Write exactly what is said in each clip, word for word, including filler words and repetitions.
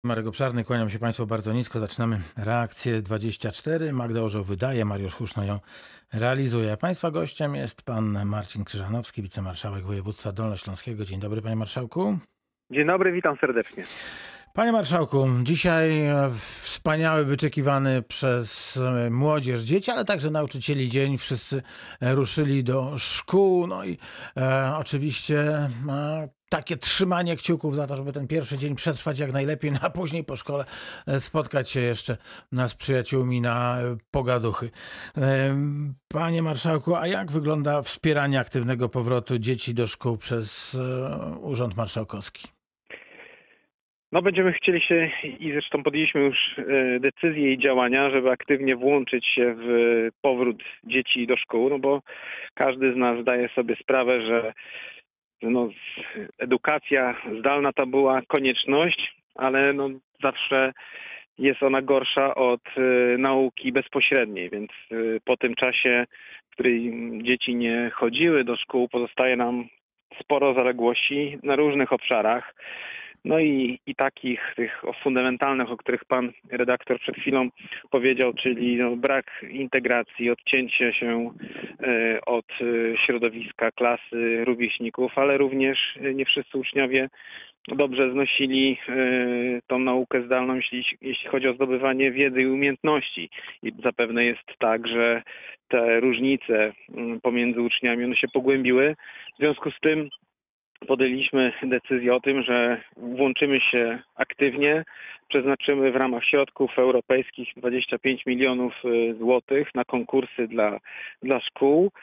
Marek Obszarny, kłaniam się Państwu bardzo nisko. Zaczynamy reakcję dwadzieścia cztery. Magda Orzeł wydaje, Mariusz Huszno ją realizuje. Państwa gościem jest pan Marcin Krzyżanowski, wicemarszałek województwa dolnośląskiego. Dzień dobry, panie marszałku. Dzień dobry, witam serdecznie. Panie marszałku, dzisiaj wspaniały, wyczekiwany przez młodzież, dzieci, ale także nauczycieli dzień. Wszyscy ruszyli do szkół. No i e, oczywiście e, takie trzymanie kciuków za to, żeby ten pierwszy dzień przetrwać jak najlepiej, no a później po szkole spotkać się jeszcze z przyjaciółmi na pogaduchy. E, panie marszałku, a jak wygląda wspieranie aktywnego powrotu dzieci do szkół przez e, Urząd Marszałkowski? No będziemy chcieli się i zresztą podjęliśmy już decyzje i działania, żeby aktywnie włączyć się w powrót dzieci do szkół, no bo każdy z nas zdaje sobie sprawę, że no, edukacja zdalna to była konieczność, ale no zawsze jest ona gorsza od nauki bezpośredniej, więc po tym czasie, w którym dzieci nie chodziły do szkół, pozostaje nam sporo zaległości na różnych obszarach. No i, i takich tych fundamentalnych, o których pan redaktor przed chwilą powiedział, czyli no, brak integracji, odcięcie się e, od e, środowiska, klasy, rówieśników, ale również nie wszyscy uczniowie dobrze znosili e, tą naukę zdalną, jeśli, jeśli chodzi o zdobywanie wiedzy i umiejętności. I zapewne jest tak, że te różnice pomiędzy uczniami one się pogłębiły. W związku z tym podjęliśmy decyzję o tym, że włączymy się aktywnie, przeznaczymy w ramach środków europejskich dwadzieścia pięć milionów złotych na konkursy dla, dla szkół.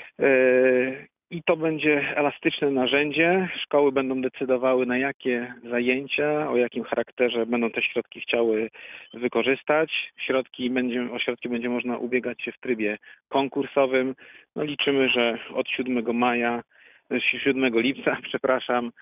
I to będzie elastyczne narzędzie. Szkoły będą decydowały, na jakie zajęcia, o jakim charakterze będą te środki chciały wykorzystać. Środki będzie, o środki będzie można ubiegać się w trybie konkursowym. No, liczymy, że od siódmego maja siódmego lipca, przepraszam,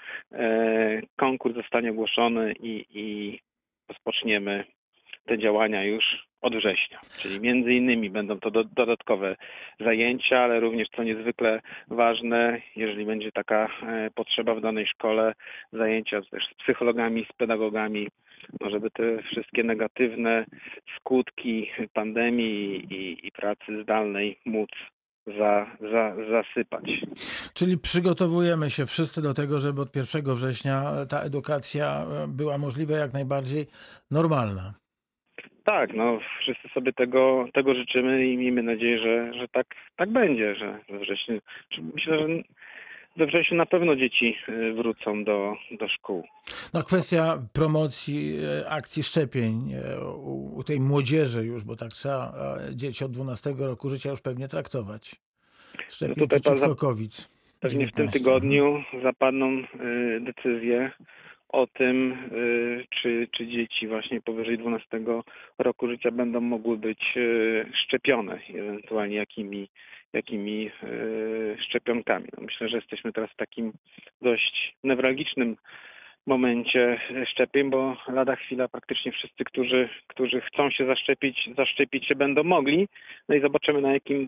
konkurs zostanie ogłoszony i, i rozpoczniemy te działania już od września. Czyli między innymi będą to do, dodatkowe zajęcia, ale również, co niezwykle ważne, jeżeli będzie taka potrzeba w danej szkole, zajęcia też z psychologami, z pedagogami, no żeby te wszystkie negatywne skutki pandemii i, i pracy zdalnej móc Za, za, zasypać. Czyli przygotowujemy się wszyscy do tego, żeby od pierwszego września ta edukacja była możliwie jak najbardziej normalna. Tak, no wszyscy sobie tego, tego życzymy i miejmy nadzieję, że, że tak, tak będzie, że we wrześniu. Myślę, że we wrześniu na pewno dzieci wrócą do, do szkół. No kwestia promocji akcji szczepień u, u tej młodzieży już, bo tak trzeba dzieci od dwunastego roku życia już pewnie traktować. Szczepień no przeciwko COVID. Pewnie w tym tygodniu zapadną decyzje o tym, czy, czy dzieci właśnie powyżej dwunastego roku życia będą mogły być szczepione, ewentualnie jakimi, jakimi szczepionkami. No myślę, że jesteśmy teraz w takim dość newralgicznym momencie szczepień, bo lada chwila praktycznie wszyscy, którzy, którzy chcą się zaszczepić, zaszczepić się będą mogli. No i zobaczymy, na jakim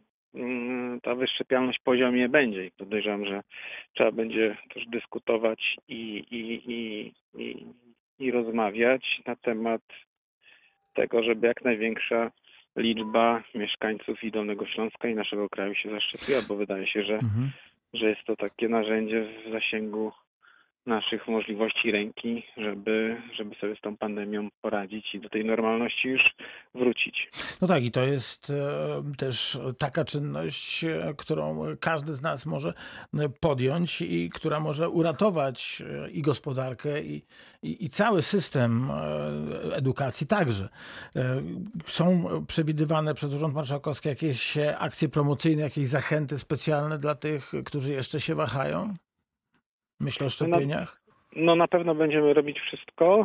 ta wyszczepialność poziomie będzie. I podejrzewam, że trzeba będzie też dyskutować i, i, i, i, i rozmawiać na temat tego, żeby jak największa liczba mieszkańców i Dolnego Śląska i naszego kraju się zaszczepiła, bo wydaje się, że, mhm. że jest to takie narzędzie w zasięgu naszych możliwości ręki, żeby, żeby sobie z tą pandemią poradzić i do tej normalności już wrócić. No tak, i to jest e, też taka czynność, e, którą każdy z nas może podjąć i która może uratować e, i gospodarkę, i, i, i cały system e, edukacji także. E, są przewidywane przez Urząd Marszałkowski jakieś akcje promocyjne, jakieś zachęty specjalne dla tych, którzy jeszcze się wahają? Myślę o szczepieniach? No, no na pewno będziemy robić wszystko,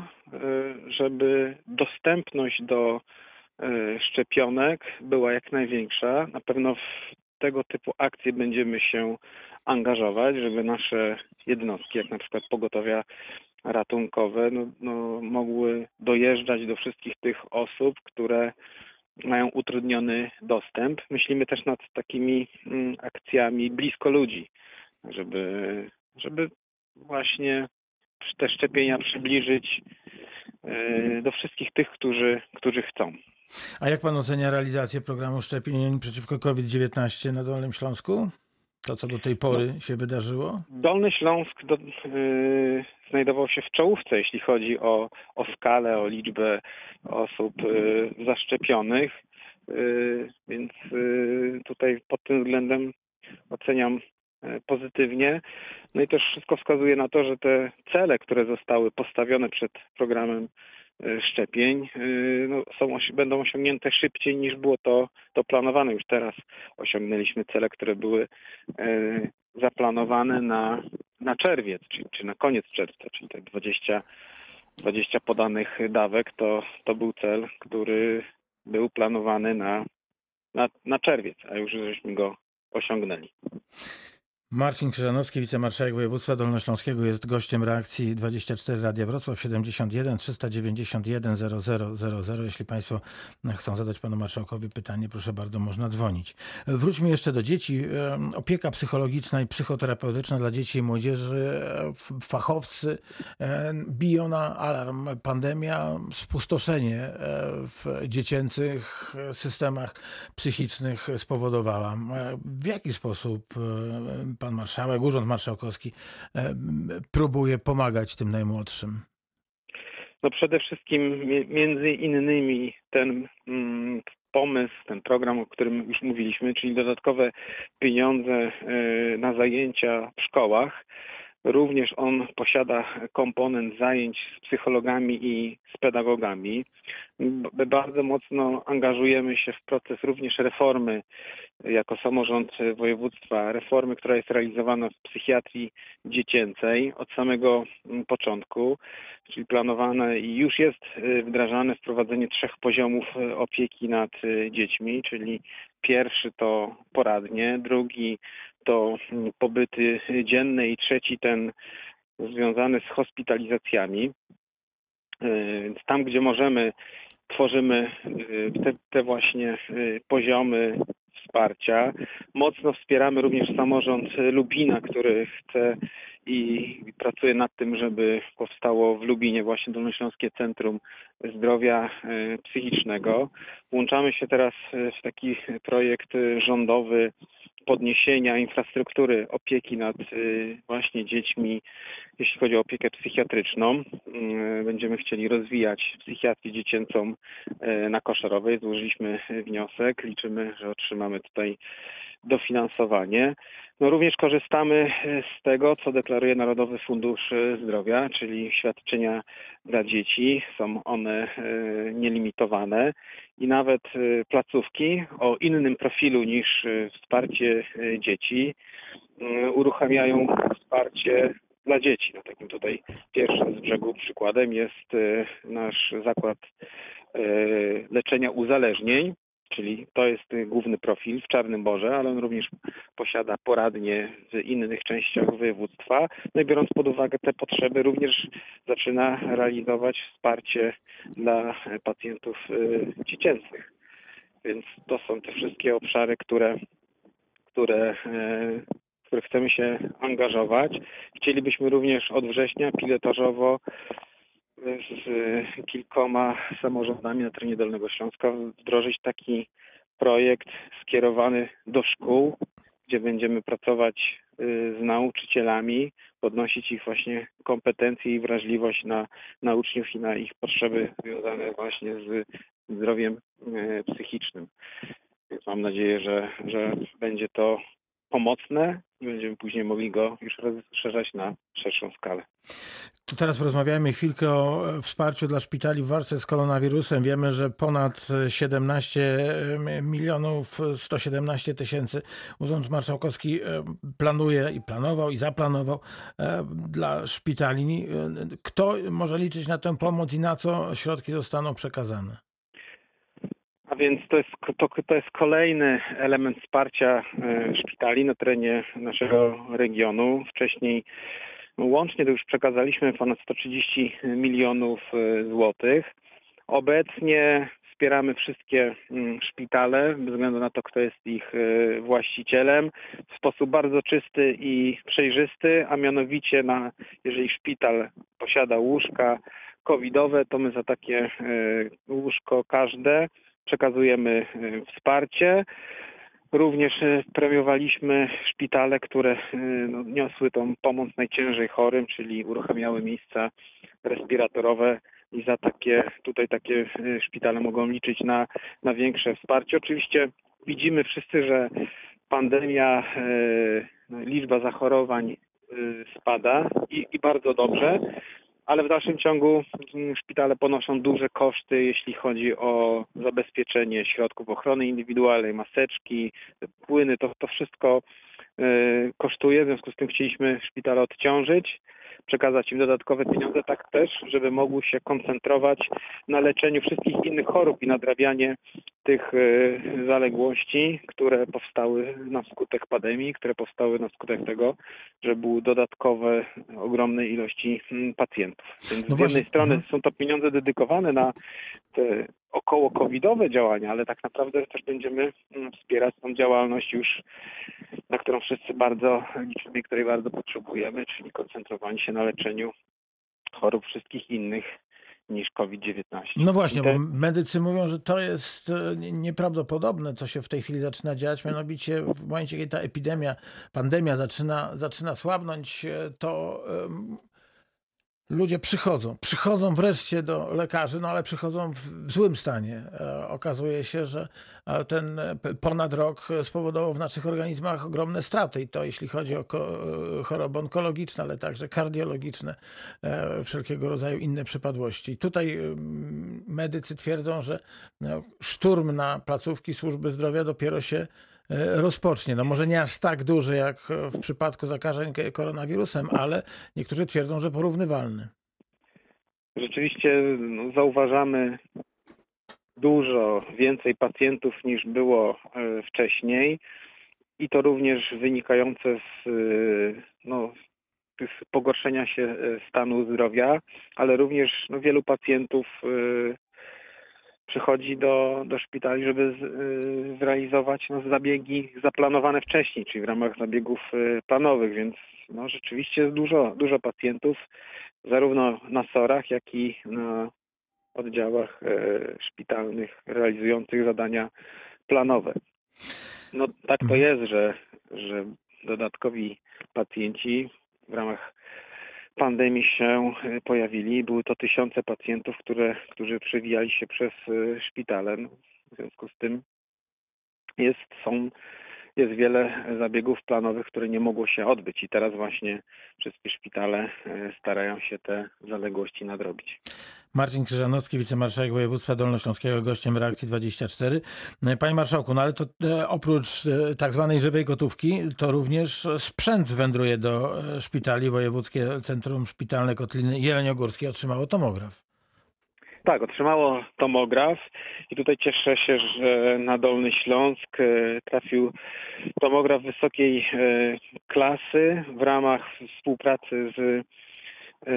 żeby dostępność do szczepionek była jak największa. Na pewno w tego typu akcje będziemy się angażować, żeby nasze jednostki, jak na przykład pogotowia ratunkowe, no, no, mogły dojeżdżać do wszystkich tych osób, które mają utrudniony dostęp. Myślimy też nad takimi mm, akcjami blisko ludzi, żeby, żeby właśnie te szczepienia przybliżyć do wszystkich tych, którzy, którzy chcą. A jak pan ocenia realizację programu szczepień przeciwko COVID dziewiętnaście na Dolnym Śląsku? To, co do tej pory no, się wydarzyło? Dolny Śląsk do, yy, znajdował się w czołówce, jeśli chodzi o, o skalę, o liczbę osób yy, zaszczepionych, yy, więc yy, tutaj pod tym względem oceniam yy, pozytywnie. No i też wszystko wskazuje na to, że te cele, które zostały postawione przed programem szczepień no, są, będą osiągnięte szybciej niż było to, to planowane. Już teraz osiągnęliśmy cele, które były e, zaplanowane na, na czerwiec, czy, czy na koniec czerwca, czyli te dwadzieścia, dwadzieścia podanych dawek, to, to był cel, który był planowany na, na, na czerwiec, a już żeśmy go osiągnęli. Marcin Krzyżanowski, wicemarszałek województwa dolnośląskiego, jest gościem Reakcji dwadzieścia cztery Radia Wrocław. Siedemdziesiąt jeden trzysta dziewięćdziesiąt jeden zero zero zero zero. Jeśli państwo chcą zadać panu marszałkowi pytanie, proszę bardzo, można dzwonić. Wróćmy jeszcze do dzieci. Opieka psychologiczna i psychoterapeutyczna dla dzieci i młodzieży. Fachowcy biją na alarm. Pandemia, spustoszenie w dziecięcych systemach psychicznych spowodowała. W jaki sposób pan marszałek, Urząd Marszałkowski próbuje pomagać tym najmłodszym? No przede wszystkim między innymi ten mm, pomysł, ten program, o którym już mówiliśmy, czyli dodatkowe pieniądze y, na zajęcia w szkołach. Również on posiada komponent zajęć z psychologami i z pedagogami. Bardzo mocno angażujemy się w proces również reformy jako samorząd województwa, reformy, która jest realizowana w psychiatrii dziecięcej od samego początku, czyli planowane i już jest wdrażane wprowadzenie trzech poziomów opieki nad dziećmi, czyli pierwszy to poradnie, drugi to pobyty dzienne i trzeci ten związany z hospitalizacjami. Więc tam, gdzie możemy, tworzymy te, te właśnie poziomy wsparcia. Mocno wspieramy również samorząd Lubina, który chce i pracuje nad tym, żeby powstało w Lubinie właśnie Dolnośląskie Centrum Zdrowia Psychicznego. Włączamy się teraz w taki projekt rządowy podniesienia infrastruktury opieki nad właśnie dziećmi, jeśli chodzi o opiekę psychiatryczną. Będziemy chcieli rozwijać psychiatrię dziecięcą na Koszarowej. Złożyliśmy wniosek. Liczymy, że otrzymamy tutaj dofinansowanie. No również korzystamy z tego, co deklaruje Narodowy Fundusz Zdrowia, czyli świadczenia dla dzieci. Są one nielimitowane i nawet placówki o innym profilu niż wsparcie dzieci uruchamiają wsparcie dla dzieci. No, takim tutaj pierwszym z brzegu przykładem jest nasz zakład leczenia uzależnień, czyli to jest główny profil w Czarnym Borze, ale on również posiada poradnie w innych częściach województwa. No i biorąc pod uwagę te potrzeby, również zaczyna realizować wsparcie dla pacjentów dziecięcych. Więc to są te wszystkie obszary, które, które, w które chcemy się angażować. Chcielibyśmy również od września pilotażowo z kilkoma samorządami na terenie Dolnego Śląska wdrożyć taki projekt skierowany do szkół, gdzie będziemy pracować z nauczycielami, podnosić ich właśnie kompetencje i wrażliwość na, na uczniów i na ich potrzeby związane właśnie z zdrowiem psychicznym. Więc mam nadzieję, że, że będzie to pomocne i będziemy później mogli go już rozszerzać na szerszą skalę. To teraz porozmawiajmy chwilkę o wsparciu dla szpitali w walce z koronawirusem. Wiemy, że ponad siedemnaście milionów sto siedemnaście tysięcy Urząd Marszałkowski planuje i planował i zaplanował dla szpitali. Kto może liczyć na tę pomoc i na co środki zostaną przekazane? A więc to jest, to, to jest kolejny element wsparcia szpitali na terenie naszego regionu. Wcześniej łącznie to już przekazaliśmy ponad sto trzydzieści milionów złotych. Obecnie wspieramy wszystkie szpitale, bez względu na to, kto jest ich właścicielem, w sposób bardzo czysty i przejrzysty, a mianowicie na, jeżeli szpital posiada łóżka, covidowe, to my za takie e, łóżko każde przekazujemy e, wsparcie. Również e, premiowaliśmy szpitale, które e, no, niosły tą pomoc najciężej chorym, czyli uruchamiały miejsca respiratorowe i za takie, tutaj takie e, szpitale mogą liczyć na, na większe wsparcie. Oczywiście widzimy wszyscy, że pandemia, e, no, liczba zachorowań e, spada i, i bardzo dobrze, ale w dalszym ciągu mm, szpitale ponoszą duże koszty, jeśli chodzi o zabezpieczenie środków ochrony indywidualnej, maseczki, płyny, to, to wszystko e, kosztuje, w związku z tym chcieliśmy szpitale odciążyć, przekazać im dodatkowe pieniądze, tak też, żeby mogły się koncentrować na leczeniu wszystkich innych chorób i nadrabianie tych e, zaległości, które powstały na skutek pandemii, które powstały na skutek tego, że były dodatkowe, ogromne ilości mm, pacjentów. Więc No z właśnie. jednej strony Mhm. są to pieniądze dedykowane na te około covidowe działania, ale tak naprawdę też będziemy mm, wspierać tą działalność już, na którą wszyscy bardzo liczymy i której bardzo potrzebujemy, czyli koncentrowanie się na leczeniu chorób wszystkich innych niż COVID dziewiętnaście. No właśnie, I bo te- medycy mówią, że to jest e, nie- nieprawdopodobne, co się w tej chwili zaczyna dziać. Mianowicie w momencie, kiedy ta epidemia, pandemia zaczyna, zaczyna słabnąć, e, to em, ludzie przychodzą. Przychodzą wreszcie do lekarzy, no ale przychodzą w, w złym stanie. E, okazuje się, że e, ten e, p- ponad rok spowodował w naszych organizmach ogromne straty. I to jeśli chodzi o ko- e, choroby onkologiczne, ale także kardiologiczne, e, wszelkiego rodzaju inne przypadłości. I tutaj em, medycy twierdzą, że no, szturm na placówki służby zdrowia dopiero się e, rozpocznie. No może nie aż tak duży jak e, w przypadku zakażeń k- koronawirusem, ale niektórzy twierdzą, że porównywalny. Rzeczywiście no, zauważamy dużo więcej pacjentów niż było e, wcześniej i to również wynikające z, e, no, z pogorszenia się e, stanu zdrowia, ale również no, wielu pacjentów e, przychodzi do, do szpitali, żeby z, e, zrealizować no, zabiegi zaplanowane wcześniej, czyli w ramach zabiegów e, planowych, więc no, rzeczywiście jest dużo, dużo pacjentów, zarówno na sorach, jak i na oddziałach e, szpitalnych realizujących zadania planowe. No tak to Mhm. jest, że, że dodatkowi pacjenci w ramach pandemii się e, pojawili. Były to tysiące pacjentów, które, którzy przewijali się przez e, szpitale. No, w związku z tym jest, są, jest wiele zabiegów planowych, które nie mogło się odbyć i teraz właśnie wszystkie szpitale e, starają się te zaległości nadrobić. Marcin Krzyżanowski, wicemarszałek województwa dolnośląskiego, gościem Reakcji dwadzieścia cztery. Panie marszałku, no ale to e, oprócz e, tak zwanej żywej gotówki, to również sprzęt wędruje do e, szpitali. Wojewódzkie Centrum Szpitalne Kotliny Jeleniogórskie otrzymało tomograf. Tak, otrzymało tomograf i tutaj cieszę się, że na Dolny Śląsk e, trafił tomograf wysokiej e, klasy w ramach współpracy z, e,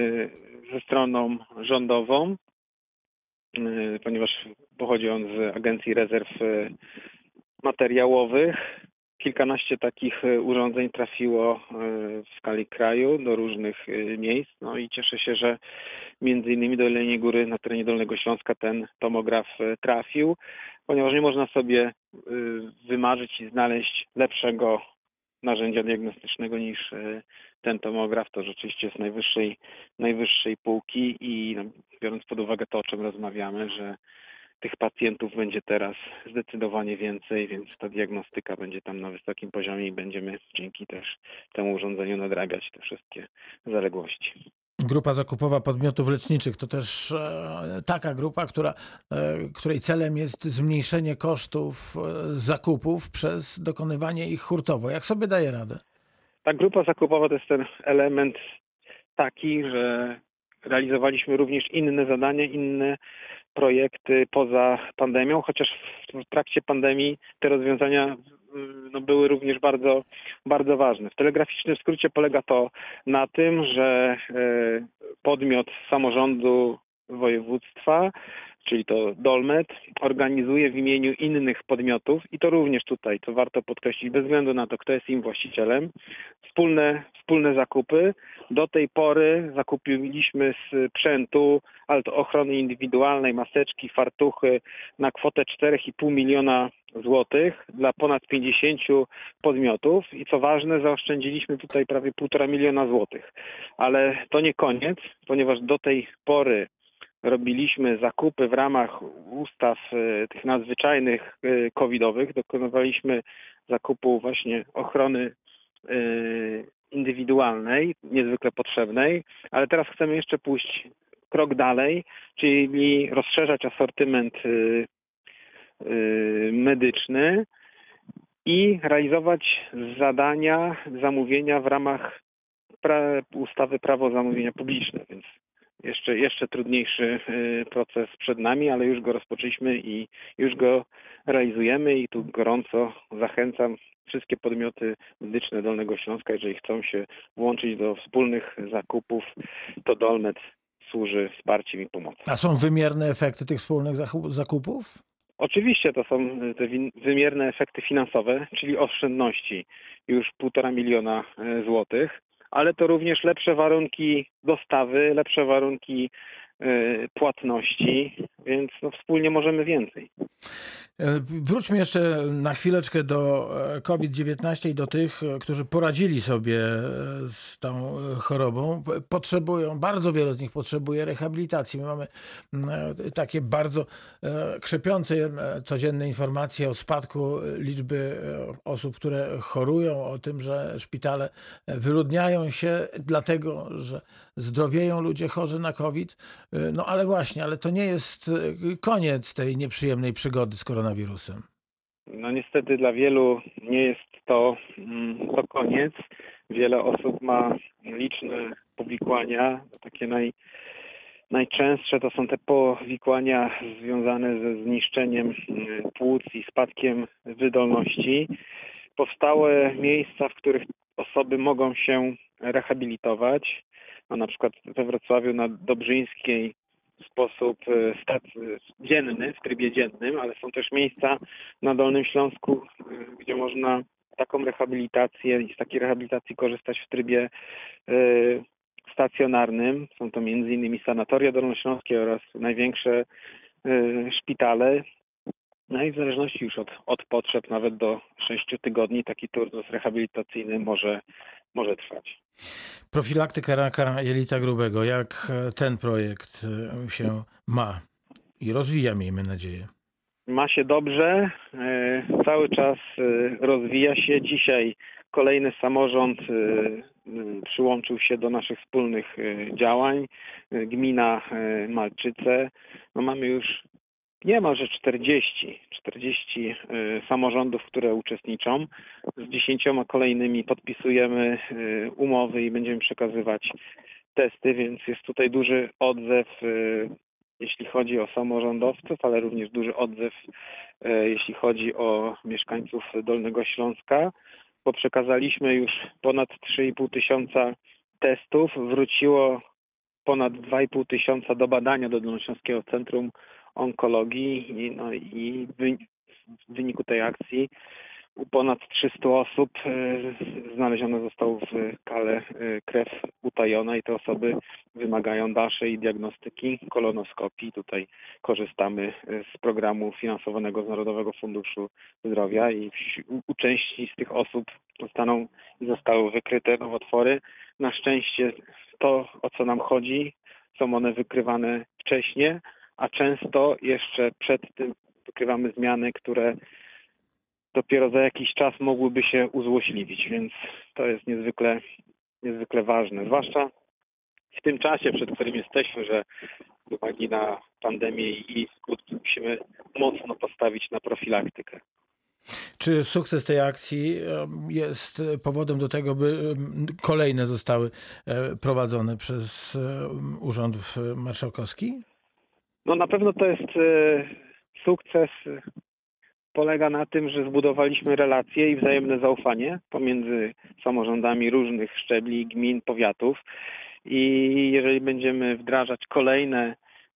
ze stroną rządową, e, ponieważ pochodzi on z Agencji Rezerw e, Materiałowych. Kilkanaście takich e, urządzeń trafiło e, w skali kraju do różnych e, miejsc. No i cieszę się, że między innymi do Jeleniej Góry na terenie Dolnego Śląska ten tomograf e, trafił, ponieważ nie można sobie e, wymarzyć i znaleźć lepszego narzędzia diagnostycznego niż e, ten tomograf. To rzeczywiście jest najwyższej, najwyższej półki i no, biorąc pod uwagę to, o czym rozmawiamy, że tych pacjentów będzie teraz zdecydowanie więcej, więc ta diagnostyka będzie tam na wysokim poziomie i będziemy dzięki też temu urządzeniu nadrabiać te wszystkie zaległości. Grupa zakupowa podmiotów leczniczych to też e, taka grupa, która, e, której celem jest zmniejszenie kosztów e, zakupów przez dokonywanie ich hurtowo. Jak sobie daje radę? Ta grupa zakupowa to jest ten element taki, że realizowaliśmy również inne zadania, inne projekty poza pandemią, chociaż w trakcie pandemii te rozwiązania no, były również bardzo, bardzo ważne. W telegraficznym skrócie polega to na tym, że e, podmiot samorządu województwa, czyli to Dolmet, organizuje w imieniu innych podmiotów i to również tutaj, co warto podkreślić, bez względu na to, kto jest im właścicielem, wspólne, wspólne zakupy. Do tej pory zakupiliśmy sprzętu, ale to ochrony indywidualnej, maseczki, fartuchy na kwotę cztery i pół miliona złotych dla ponad pięćdziesięciu podmiotów i co ważne, zaoszczędziliśmy tutaj prawie półtora miliona złotych. Ale to nie koniec, ponieważ do tej pory robiliśmy zakupy w ramach ustaw e, tych nadzwyczajnych e, covidowych, dokonywaliśmy zakupu właśnie ochrony e, indywidualnej, niezwykle potrzebnej, ale teraz chcemy jeszcze pójść krok dalej, czyli rozszerzać asortyment e, e, medyczny i realizować zadania, zamówienia w ramach pra- ustawy Prawo zamówienia publiczne, więc jeszcze, jeszcze trudniejszy proces przed nami, ale już go rozpoczęliśmy i już go realizujemy i tu gorąco zachęcam wszystkie podmioty medyczne Dolnego Śląska, jeżeli chcą się włączyć do wspólnych zakupów, to Dolmet służy wsparciem i pomocą. A są wymierne efekty tych wspólnych zakupów? Oczywiście to są te wymierne efekty finansowe, czyli oszczędności już półtora miliona złotych, ale to również lepsze warunki dostawy, lepsze warunki płatności, więc no wspólnie możemy więcej. Wróćmy jeszcze na chwileczkę do COVID dziewiętnaście i do tych, którzy poradzili sobie z tą chorobą. Potrzebują, bardzo wiele z nich potrzebuje rehabilitacji. My mamy takie bardzo krzepiące codzienne informacje o spadku liczby osób, które chorują, o tym, że szpitale wyludniają się dlatego, że zdrowieją ludzie chorzy na COVID. No ale właśnie, ale to nie jest koniec tej nieprzyjemnej przygody z koronawirusem. No niestety dla wielu nie jest to, to koniec. Wiele osób ma liczne powikłania. Takie naj, najczęstsze to są te powikłania związane ze zniszczeniem płuc i spadkiem wydolności. Powstałe miejsca, w których osoby mogą się rehabilitować. No, na przykład we Wrocławiu na Dobrzyńskiej w sposób dzienny, w trybie dziennym, ale są też miejsca na Dolnym Śląsku, gdzie można taką rehabilitację i z takiej rehabilitacji korzystać w trybie y, stacjonarnym. Są to między innymi sanatoria dolnośląskie oraz największe y, szpitale. No i w zależności już od, od potrzeb, nawet do sześciu tygodni taki turnus rehabilitacyjny może, może trwać. Profilaktyka raka jelita grubego. Jak ten projekt się ma i rozwija, miejmy nadzieję? Ma się dobrze. Cały czas rozwija się. Dzisiaj kolejny samorząd przyłączył się do naszych wspólnych działań. Gmina Malczyce. No mamy już niemalże czterdzieści, czterdzieści samorządów, które uczestniczą. Z dziesięcioma kolejnymi podpisujemy umowy i będziemy przekazywać testy, więc jest tutaj duży odzew, jeśli chodzi o samorządowców, ale również duży odzew, jeśli chodzi o mieszkańców Dolnego Śląska, bo przekazaliśmy już ponad trzy i pół tysiąca testów, wróciło ponad dwa i pół tysiąca do badania do Dolnośląskiego Centrum Onkologii, no i w wyniku tej akcji u ponad trzystu osób znalezione zostało w kale krew utajona i te osoby wymagają dalszej diagnostyki, kolonoskopii. Tutaj korzystamy z programu finansowanego z Narodowego Funduszu Zdrowia i u części z tych osób zostaną i zostały wykryte nowotwory. Na szczęście to, o co nam chodzi, są one wykrywane wcześniej, a często jeszcze przed tym wykrywamy zmiany, które dopiero za jakiś czas mogłyby się uzłośliwić, więc to jest niezwykle, niezwykle ważne. Zwłaszcza w tym czasie, przed którym jesteśmy, że z uwagi na pandemię i skutki musimy mocno postawić na profilaktykę. Czy sukces tej akcji jest powodem do tego, by kolejne zostały prowadzone przez Urząd Marszałkowski? No na pewno to jest sukces. Polega na tym, że zbudowaliśmy relacje i wzajemne zaufanie pomiędzy samorządami różnych szczebli, gmin, powiatów i jeżeli będziemy wdrażać kolejne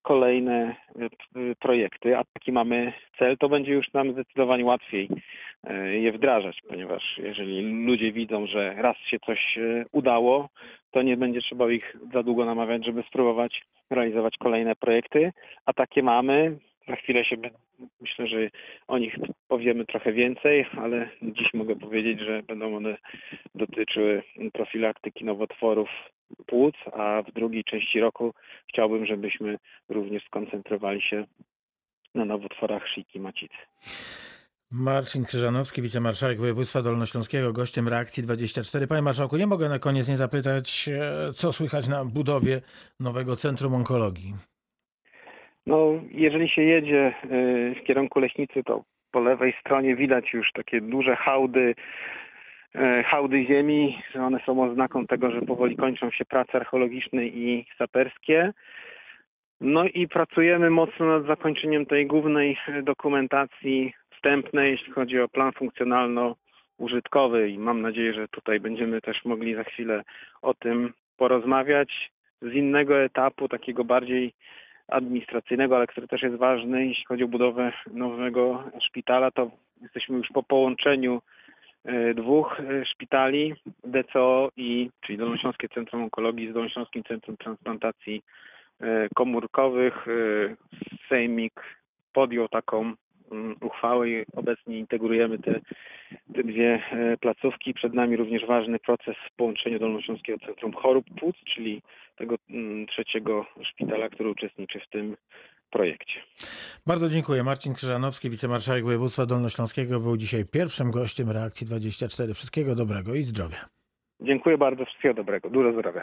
kolejne projekty, a taki mamy cel, to będzie już nam zdecydowanie łatwiej je wdrażać, ponieważ jeżeli ludzie widzą, że raz się coś udało, to nie będzie trzeba ich za długo namawiać, żeby spróbować realizować kolejne projekty, a takie mamy. Za chwilę się, myślę, że o nich powiemy trochę więcej, ale dziś mogę powiedzieć, że będą one dotyczyły profilaktyki nowotworów płuc, a w drugiej części roku chciałbym, żebyśmy również skoncentrowali się na nowotworach szyjki macicy. Marcin Krzyżanowski, wicemarszałek województwa dolnośląskiego, gościem Reakcji dwadzieścia cztery. Panie marszałku, nie mogę na koniec nie zapytać, co słychać na budowie nowego Centrum Onkologii. No, jeżeli się jedzie w kierunku Leśnicy, to po lewej stronie widać już takie duże hałdy, hałdy ziemi. One są oznaką tego, że powoli kończą się prace archeologiczne i saperskie. No i pracujemy mocno nad zakończeniem tej głównej dokumentacji wstępnej, jeśli chodzi o plan funkcjonalno-użytkowy i mam nadzieję, że tutaj będziemy też mogli za chwilę o tym porozmawiać. Z innego etapu, takiego bardziej administracyjnego, ale który też jest ważny, jeśli chodzi o budowę nowego szpitala, to jesteśmy już po połączeniu dwóch szpitali, D C O, i, czyli Dolnośląskie Centrum Onkologii z Dolnośląskim Centrum Transplantacji Komórkowych. Sejmik podjął taką uchwałę i obecnie integrujemy te, te dwie placówki. Przed nami również ważny proces w połączeniu Dolnośląskiego Centrum Chorób Płuc, czyli tego trzeciego szpitala, który uczestniczy w tym projekcie. Bardzo dziękuję. Marcin Krzyżanowski, wicemarszałek województwa dolnośląskiego, był dzisiaj pierwszym gościem Reakcji dwadzieścia cztery. Wszystkiego dobrego i zdrowia. Dziękuję bardzo. Wszystkiego dobrego. Dużo zdrowia.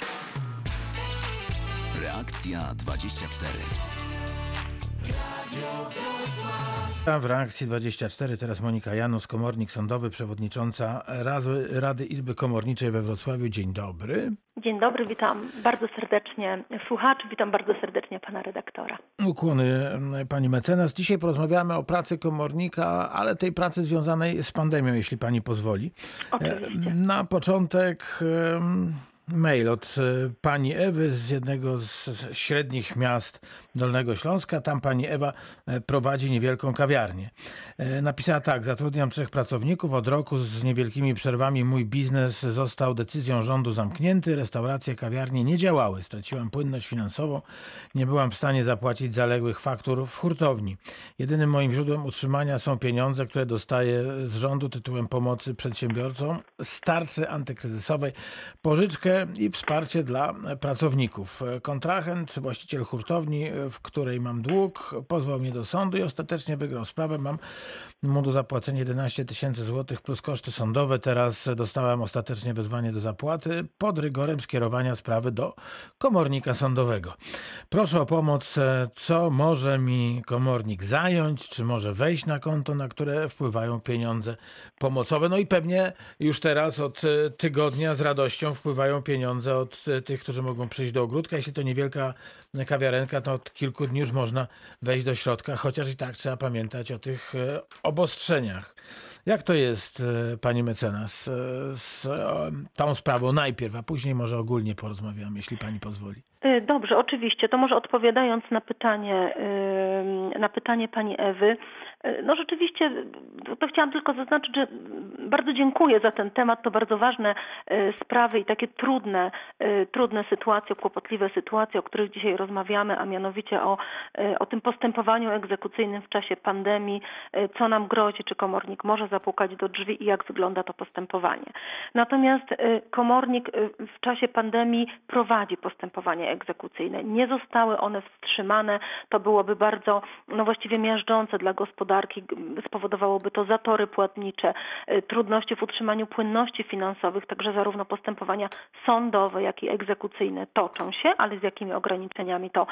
Reakcja dwadzieścia cztery. W Reakcji dwadzieścia cztery teraz Monika Janus, komornik sądowy, przewodnicząca Rady Izby Komorniczej we Wrocławiu. Dzień dobry. Dzień dobry, witam bardzo serdecznie słuchaczy, witam bardzo serdecznie pana redaktora. Ukłony pani mecenas. Dzisiaj porozmawiamy o pracy komornika, ale tej pracy związanej z pandemią, jeśli pani pozwoli. Oczywiście. Na początek mail od pani Ewy z jednego z średnich miast Dolnego Śląska. Tam pani Ewa prowadzi niewielką kawiarnię. Napisała tak: zatrudniam trzech pracowników. Od roku z niewielkimi przerwami mój biznes został decyzją rządu zamknięty. Restauracje, kawiarnie nie działały. Straciłam płynność finansową. Nie byłam w stanie zapłacić zaległych faktur w hurtowni. Jedynym moim źródłem utrzymania są pieniądze, które dostaję z rządu tytułem pomocy przedsiębiorcom, z tarczy antykryzysowej, pożyczkę i wsparcie dla pracowników. Kontrahent, właściciel hurtowni, w której mam dług, pozwał mnie do sądu i ostatecznie wygrał sprawę. Mam mu do zapłacenia jedenaście tysięcy złotych plus koszty sądowe. Teraz dostałem ostatecznie wezwanie do zapłaty pod rygorem skierowania sprawy do komornika sądowego. Proszę o pomoc, co może mi komornik zająć, czy może wejść na konto, na które wpływają pieniądze pomocowe. No i pewnie już teraz od tygodnia z radością wpływają pieniądze od tych, którzy mogą przyjść do ogródka. Jeśli to niewielka kawiarenka, to od kilku dni już można wejść do środka, chociaż i tak trzeba pamiętać o tych obostrzeniach. Jak to jest, pani mecenas, z tą sprawą najpierw, a później może ogólnie porozmawiamy, jeśli pani pozwoli. Dobrze, oczywiście. To może odpowiadając na pytanie, na pytanie pani Ewy, no rzeczywiście, to chciałam tylko zaznaczyć, że bardzo dziękuję za ten temat. To bardzo ważne sprawy i takie trudne, trudne sytuacje, kłopotliwe sytuacje, o których dzisiaj rozmawiamy, a mianowicie o, o tym postępowaniu egzekucyjnym w czasie pandemii, co nam grozi, czy komornik może zapukać do drzwi i jak wygląda to postępowanie. Natomiast komornik w czasie pandemii prowadzi postępowanie egzekucyjne. Nie zostały one wstrzymane. To byłoby bardzo, no właściwie miażdżące dla gospodarki. Spowodowałoby to zatory płatnicze, trudności w utrzymaniu płynności finansowych, także zarówno postępowania sądowe, jak i egzekucyjne toczą się, ale z jakimi ograniczeniami to,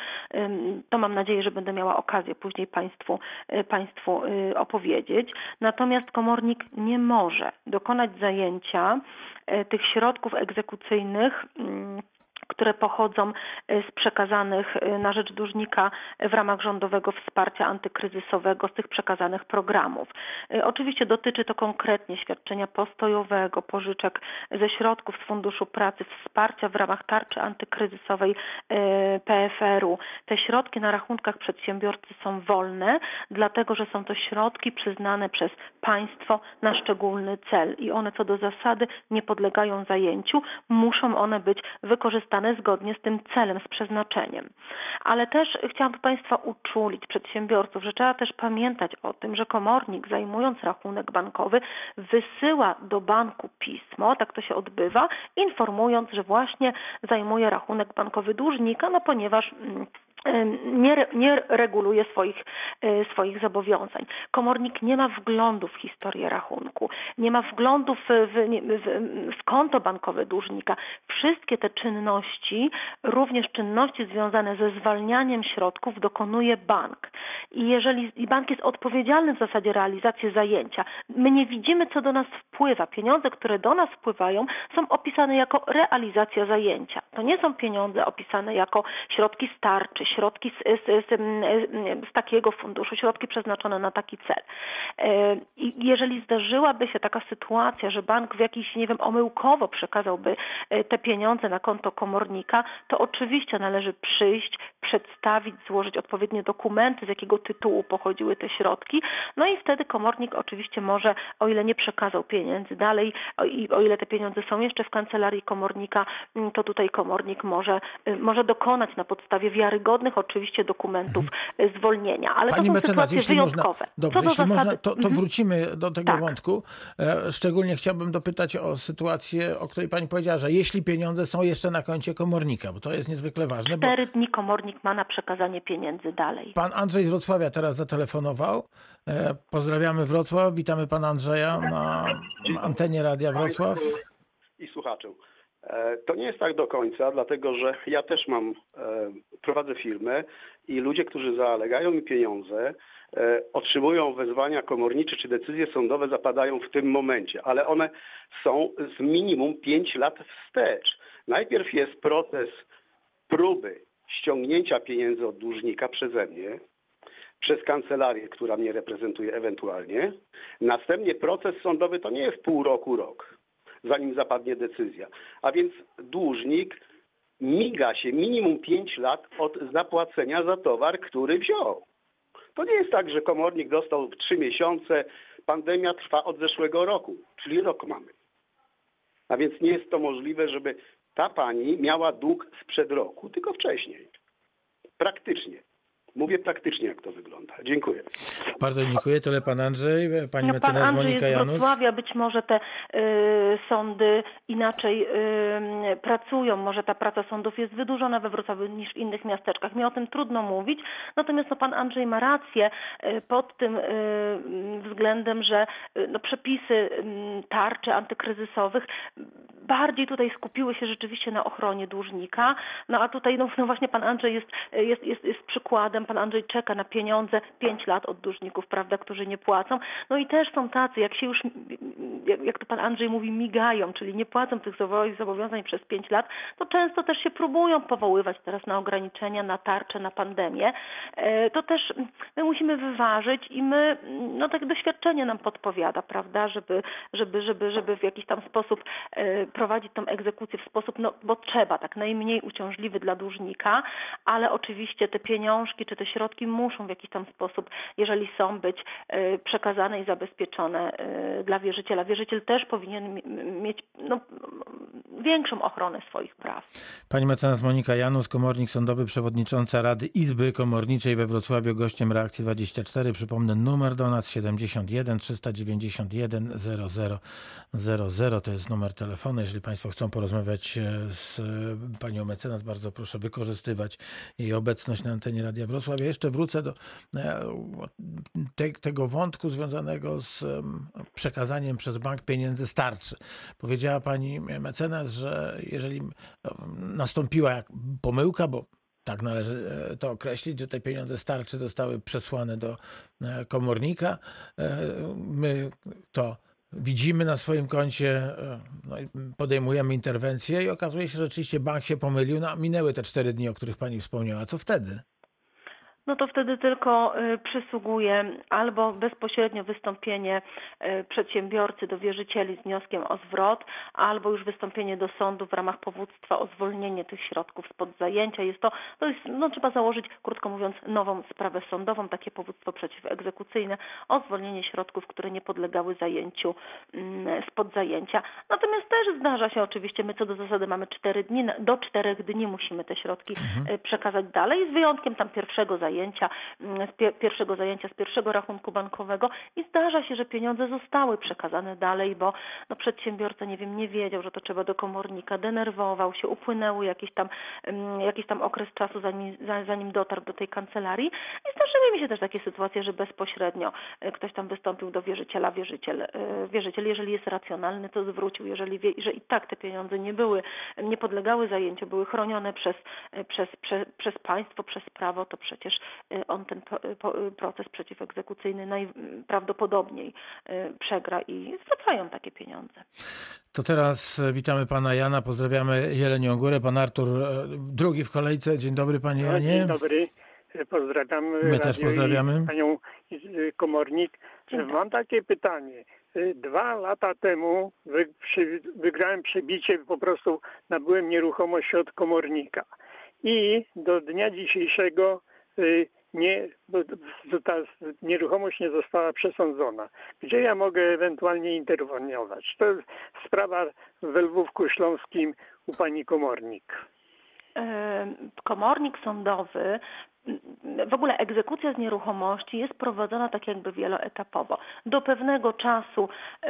to mam nadzieję, że będę miała okazję później Państwu, Państwu opowiedzieć. Natomiast komornik nie może dokonać zajęcia tych środków egzekucyjnych które pochodzą z przekazanych na rzecz dłużnika w ramach rządowego wsparcia antykryzysowego, z tych przekazanych programów. Oczywiście dotyczy to konkretnie świadczenia postojowego, pożyczek ze środków z Funduszu Pracy, wsparcia w ramach tarczy antykryzysowej P F R u. Te środki na rachunkach przedsiębiorcy są wolne, dlatego że są to środki przyznane przez państwo na szczególny cel i one co do zasady nie podlegają zajęciu, muszą one być wykorzystane zgodnie z tym celem, z przeznaczeniem. Ale też chciałam Państwa uczulić, przedsiębiorców, że trzeba też pamiętać o tym, że komornik zajmując rachunek bankowy wysyła do banku pismo, tak to się odbywa, informując, że właśnie zajmuje rachunek bankowy dłużnika, no ponieważ Nie, nie reguluje swoich, swoich zobowiązań. Komornik nie ma wglądu w historię rachunku, nie ma wglądu w, w, w, w konto bankowe dłużnika. Wszystkie te czynności, również czynności związane ze zwalnianiem środków dokonuje bank. I jeżeli i bank jest odpowiedzialny w zasadzie realizację zajęcia, my nie widzimy, co do nas wpływa. Pieniądze, które do nas wpływają, są opisane jako realizacja zajęcia. To nie są pieniądze opisane jako środki z tarczy, środki z, z, z, z takiego funduszu, środki przeznaczone na taki cel. I jeżeli zdarzyłaby się taka sytuacja, że bank w jakiś, nie wiem, omyłkowo przekazałby te pieniądze na konto komornika, to oczywiście należy przyjść, przedstawić, złożyć odpowiednie dokumenty, z jakiego tytułu pochodziły te środki, no i wtedy komornik oczywiście może, o ile nie przekazał pieniędzy dalej i o ile te pieniądze są jeszcze w kancelarii komornika, to tutaj komornik może, może dokonać na podstawie wiarygodnych oczywiście dokumentów mhm. zwolnienia. Ale Pani to są mecenas, sytuacje jeśli wyjątkowe. Można, dobrze, jeśli zasady... można, to, to mhm. wrócimy do tego tak. wątku. Szczególnie chciałbym dopytać o sytuację, o której pani powiedziała, że jeśli pieniądze są jeszcze na koncie komornika, bo to jest niezwykle ważne. Cztery bo... dni komornik ma na przekazanie pieniędzy dalej. Pan Andrzej z Wrocławia teraz zatelefonował. Pozdrawiamy Wrocław. Witamy pana Andrzeja na antenie Radia Wrocław. I słuchaczom. To nie jest tak do końca, dlatego że ja też mam, prowadzę firmę i ludzie, którzy zalegają mi pieniądze, otrzymują wezwania komornicze czy decyzje sądowe zapadają w tym momencie, ale one są z minimum pięć lat wstecz. Najpierw jest proces próby ściągnięcia pieniędzy od dłużnika przeze mnie, przez kancelarię, która mnie reprezentuje ewentualnie. Następnie proces sądowy to nie jest pół roku, rok, zanim zapadnie decyzja. A więc dłużnik miga się minimum pięć lat od zapłacenia za towar, który wziął. To nie jest tak, że komornik dostał w trzy miesiące, pandemia trwa od zeszłego roku, czyli rok mamy. A więc nie jest to możliwe, żeby ta pani miała dług sprzed roku, tylko wcześniej. Praktycznie. Mówię praktycznie, jak to wygląda. Dziękuję. Bardzo dziękuję. Tyle pan Andrzej, pani no, mecenas pan Andrzej Monika jest z Janus. Wrocławia, być może te y, sądy inaczej y, pracują. Może ta praca sądów jest wydłużona we Wrocławiu niż w innych miasteczkach. Mi o tym trudno mówić. Natomiast no, pan Andrzej ma rację y, pod tym y, względem, że y, no, przepisy y, tarczy antykryzysowych bardziej tutaj skupiły się rzeczywiście na ochronie dłużnika. No a tutaj no, no właśnie pan Andrzej jest, jest, jest, jest przykładem. Pan Andrzej czeka na pieniądze pięć lat od dłużników, prawda, którzy nie płacą. No i też są tacy, jak się już, jak, jak to pan Andrzej mówi, migają, czyli nie płacą tych zobowiązań przez pięć lat, to często też się próbują powoływać teraz na ograniczenia, na tarcze, na pandemię. To też my musimy wyważyć i my, no tak doświadczenie nam podpowiada, prawda, żeby, żeby, żeby, żeby w jakiś tam sposób prowadzić tą egzekucję w sposób, no bo trzeba, tak najmniej uciążliwy dla dłużnika, ale oczywiście te pieniążki czy te środki muszą w jakiś tam sposób, jeżeli są, być przekazane i zabezpieczone dla wierzyciela. Wierzyciel też powinien mieć no, większą ochronę swoich praw. Pani mecenas Monika Janus, komornik sądowy, przewodnicząca Rady Izby Komorniczej we Wrocławiu, gościem Reakcji dwadzieścia cztery. Przypomnę numer do nas siedemdziesiąt jeden trzysta dziewięćdziesiąt jeden zero zero zero zero. To jest numer telefonu. Jeżeli państwo chcą porozmawiać z panią mecenas, bardzo proszę wykorzystywać jej obecność na antenie Radia Wrocław. Ja jeszcze wrócę do te, tego wątku związanego z przekazaniem przez bank pieniędzy z tarczy. Powiedziała pani mecenas, że jeżeli nastąpiła pomyłka, bo tak należy to określić, że te pieniądze z tarczy zostały przesłane do komornika, my to widzimy na swoim koncie, e, no i podejmujemy interwencję i okazuje się, że rzeczywiście bank się pomylił. No, minęły te cztery dni, o których pani wspomniała. Co wtedy? No to wtedy tylko y, przysługuje albo bezpośrednio wystąpienie y, przedsiębiorcy do wierzycieli z wnioskiem o zwrot, albo już wystąpienie do sądu w ramach powództwa o zwolnienie tych środków spod zajęcia. Jest to, to jest, no trzeba założyć, krótko mówiąc, nową sprawę sądową, takie powództwo przeciwegzekucyjne o zwolnienie środków, które nie podlegały zajęciu mm, spod zajęcia. Natomiast też zdarza się oczywiście, my co do zasady mamy cztery dni, do czterech dni musimy te środki mhm. przekazać dalej, z wyjątkiem tam pierwszego zajęcia. Zajęcia, z pie, pierwszego zajęcia z pierwszego rachunku bankowego i zdarza się, że pieniądze zostały przekazane dalej, bo no, przedsiębiorca, nie wiem, nie wiedział, że to trzeba do komornika, denerwował się, upłynęły jakiś tam, um, jakiś tam okres czasu, zanim, zanim dotarł do tej kancelarii i zdarzyły mi się też takie sytuacje, że bezpośrednio ktoś tam wystąpił do wierzyciela, wierzyciel, wierzyciel jeżeli jest racjonalny, to zwrócił, jeżeli wie, że i tak te pieniądze nie były, nie podlegały zajęciu, były chronione przez, przez, przez, przez państwo, przez prawo, to przecież on ten proces przeciwegzekucyjny najprawdopodobniej przegra i zwracają takie pieniądze. To teraz witamy pana Jana, pozdrawiamy Jelenią Górę. Pan Artur drugi w kolejce. Dzień dobry panie Janie. Dzień dobry, pozdrawiam. My też pozdrawiamy. Panią komornik. Mam takie pytanie. Dwa lata temu wy, przy, wygrałem przebicie, po prostu nabyłem nieruchomość od komornika. I do dnia dzisiejszego nie, ta nieruchomość nie została przesądzona. Gdzie ja mogę ewentualnie interweniować? To jest sprawa w Lwówku Śląskim u pani komornik. Komornik sądowy, w ogóle egzekucja z nieruchomości jest prowadzona tak jakby wieloetapowo. Do pewnego czasu,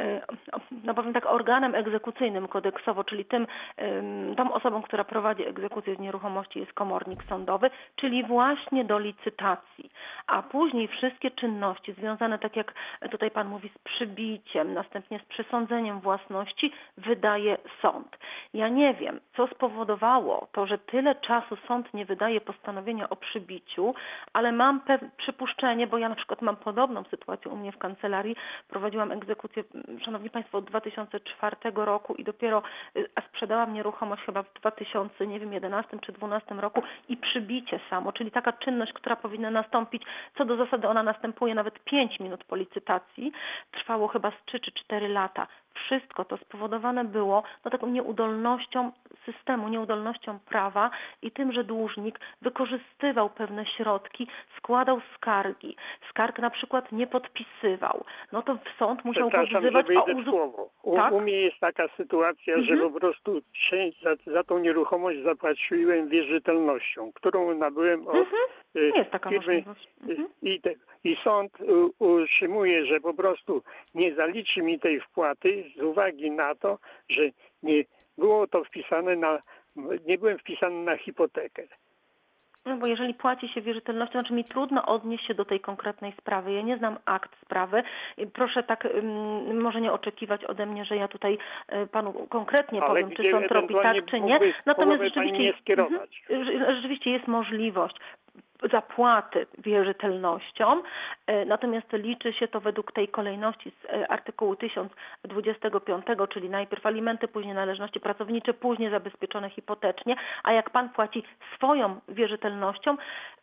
no powiem tak, organem egzekucyjnym kodeksowo, czyli tym, tą osobą, która prowadzi egzekucję z nieruchomości jest komornik sądowy, czyli właśnie do licytacji. A później wszystkie czynności związane, tak jak tutaj pan mówi, z przybiciem, następnie z przesądzeniem własności wydaje sąd. Ja nie wiem, co spowodowało to, że tyle czasu sąd nie wydaje postanowienia o przybiciu, ale mam pewne przypuszczenie, bo ja na przykład mam podobną sytuację u mnie w kancelarii. Prowadziłam egzekucję, szanowni państwo, od dwa tysiące czwartego roku i dopiero a sprzedałam nieruchomość chyba w dwa tysiące jedenastym czy dwunastym roku i przybicie samo, czyli taka czynność, która powinna nastąpić, co do zasady ona następuje nawet pięć minut po licytacji, trwało chyba z trzy czy cztery lata. Wszystko to spowodowane było no, taką nieudolnością systemu, nieudolnością prawa i tym, że dłużnik wykorzystywał pewne środki, składał skargi. Skarg na przykład nie podpisywał. No to sąd musiał go wzywać o uzu... U, tak? u mnie jest taka sytuacja, mhm. że po prostu za, za tą nieruchomość zapłaciłem wierzytelnością, którą nabyłem od mhm. jest taka firmy możliwość. Mhm. i, te, i sąd utrzymuje, że po prostu nie zaliczy mi tej wpłaty z uwagi na to, że nie było to wpisane na, nie byłem wpisany na hipotekę. No bo jeżeli płaci się wierzytelnością, znaczy mi trudno odnieść się do tej konkretnej sprawy. Ja nie znam akt sprawy. Proszę tak um, może nie oczekiwać ode mnie, że ja tutaj y, panu konkretnie Ale powiem, czy sąd robi tak, czy nie. Mógłby, Natomiast rzeczywiście, nie skierować. Mhm, rzeczywiście jest możliwość zapłaty wierzytelnością, natomiast liczy się to według tej kolejności z artykułu tysiąc dwudziestego piątego, czyli najpierw alimenty, później należności pracownicze, później zabezpieczone hipotecznie, a jak pan płaci swoją wierzytelnością,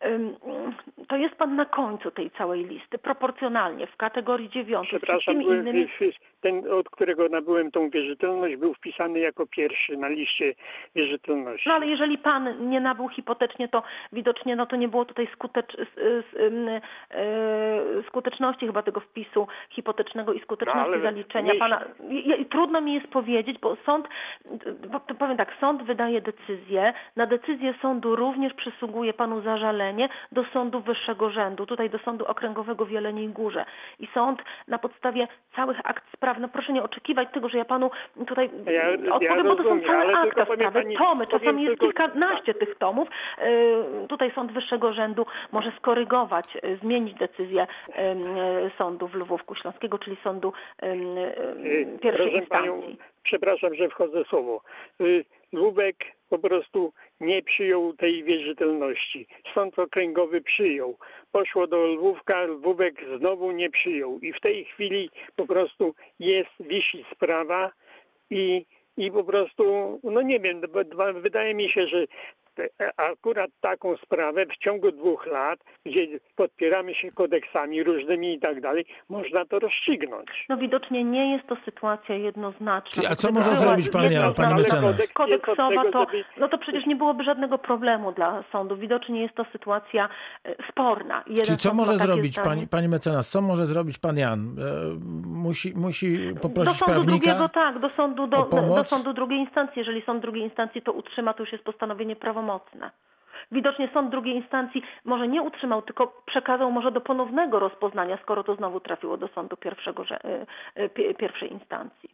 to jest pan na końcu tej całej listy, proporcjonalnie, w kategorii dziewiątej. Przepraszam, innymi... ten, od którego nabyłem tą wierzytelność, był wpisany jako pierwszy na liście wierzytelności. No ale jeżeli pan nie nabył hipotecznie, to widocznie no to nie było tutaj skutecz, skuteczności chyba tego wpisu hipotecznego i skuteczności no, zaliczenia myśl... pana. I, i, trudno mi jest powiedzieć, bo sąd, bo, powiem tak, sąd wydaje decyzję, na decyzję sądu również przysługuje panu zażalenie do sądu wyższego rzędu, tutaj do sądu okręgowego w Jeleniej Górze. I sąd na podstawie całych akt spraw, no proszę nie oczekiwać tego, że ja panu tutaj ja, odpowiem, ja bo to rozumiem, są całe akta sprawy, pani, tomy, czasami jest tylko... kilkanaście tych tomów. Yy, tutaj sąd wyższego rzędu może skorygować, zmienić decyzję sądu w Lwówku Śląskiego, czyli sądu pierwszej Proszę instancji. Panią, przepraszam, że wchodzę w słowo. Lwówek po prostu nie przyjął tej wierzytelności. Sąd okręgowy przyjął. Poszło do Lwówka, Lwówek znowu nie przyjął. I w tej chwili po prostu jest, wisi sprawa i, i po prostu, no nie wiem, wydaje mi się, że akurat taką sprawę w ciągu dwóch lat, gdzie podpieramy się kodeksami różnymi i tak dalej, można to rozstrzygnąć. No widocznie nie jest to sytuacja jednoznaczna. Czyli, a co Gdyby może była zrobić pani, jednoznaczna pani mecenas? kodeksowa, to, no to przecież nie byłoby żadnego problemu dla sądu. Widocznie jest to sytuacja e, sporna. Jeden Czyli co sąd może ma takie zrobić zdanie. pani, pani mecenas? Co może zrobić pan Jan? E, musi, musi Do poprosić sądu prawnika? drugiego, tak, do sądu, do, o pomoc? do sądu drugiej instancji. Jeżeli sąd drugiej instancji to utrzyma, to już jest postanowienie prawomocne. Widocznie sąd drugiej instancji może nie utrzymał, tylko przekazał może do ponownego rozpoznania, skoro to znowu trafiło do sądu pierwszego, pierwszej instancji.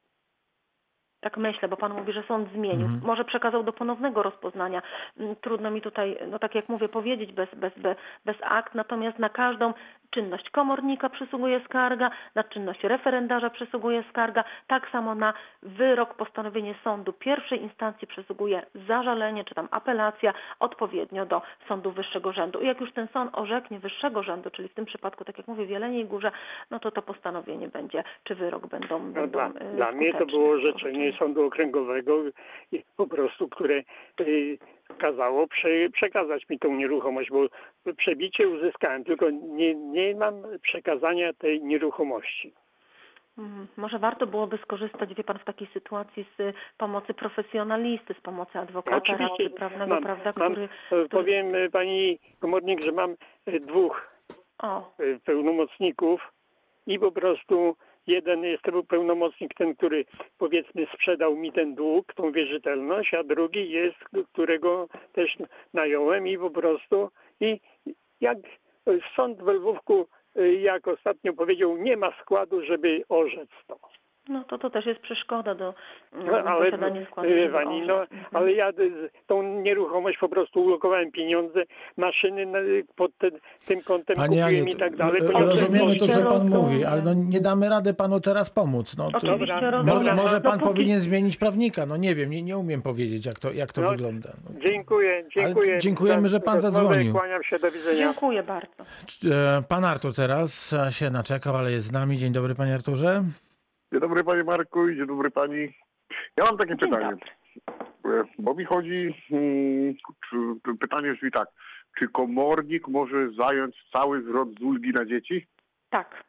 Tak myślę, bo pan mówi, że sąd zmienił. Mhm. Może przekazał do ponownego rozpoznania. Trudno mi tutaj, no tak jak mówię, powiedzieć bez, bez, bez, bez akt, natomiast na każdą czynność komornika przysługuje skarga, na czynność referendarza przysługuje skarga, tak samo na wyrok, postanowienie sądu pierwszej instancji przysługuje zażalenie, czy tam apelacja odpowiednio do sądu wyższego rzędu. I jak już ten sąd orzeknie wyższego rzędu, czyli w tym przypadku, tak jak mówię, w Jeleniej Górze, no to to postanowienie będzie, czy wyrok będą, No będą dla, y, dla mnie to skuteczne. było orzeczenie Sądu Okręgowego, i po prostu, które y, kazało prze, przekazać mi tą nieruchomość, bo przebicie uzyskałem, tylko nie, nie mam przekazania tej nieruchomości. Mhm. Może warto byłoby skorzystać, wie pan, w takiej sytuacji z pomocy profesjonalisty, z pomocy adwokata, Oczywiście radcy prawnego, mam, prawda, mam, który, e, który... Powiem e, pani komornik, że mam e, dwóch O, e, pełnomocników i po prostu jeden jest to był pełnomocnik, ten, który powiedzmy sprzedał mi ten dług, tą wierzytelność, a drugi jest, którego też nająłem i po prostu i jak sąd we Lwówku, jak ostatnio powiedział, nie ma składu, żeby orzec to. no to to też jest przeszkoda do No, ale, posiadania składu. wie żeby pani, orzec. no, Mhm. ale ja z- tą nieruchomość po prostu ulokowałem pieniądze, maszyny na- pod te, tym kątem Panie kupiłem Janie, i tak dalej. e, ponieważ rozumiemy to, co pan rozumiem. mówi, ale no nie damy rady panu teraz pomóc. No, to, Oczywiście Dobra, rozumiem. może, może No pan póki- powinien zmienić prawnika. No nie wiem, nie, nie umiem powiedzieć, jak to, jak to No, wygląda. No. Dziękuję, dziękuję. dziękujemy, że pan za rozmowę, zadzwonił. Kłaniam się, do widzenia. Dziękuję bardzo. E, Pan Artur teraz się naczekał, ale jest z nami. Dzień dobry, panie Arturze. Dzień dobry panie Marku i dzień dobry pani. Ja mam takie Dzień pytanie, dobry. e, bo mi chodzi, hmm, czy, pytanie brzmi tak, czy komornik może zająć cały zwrot z ulgi na dzieci? Tak.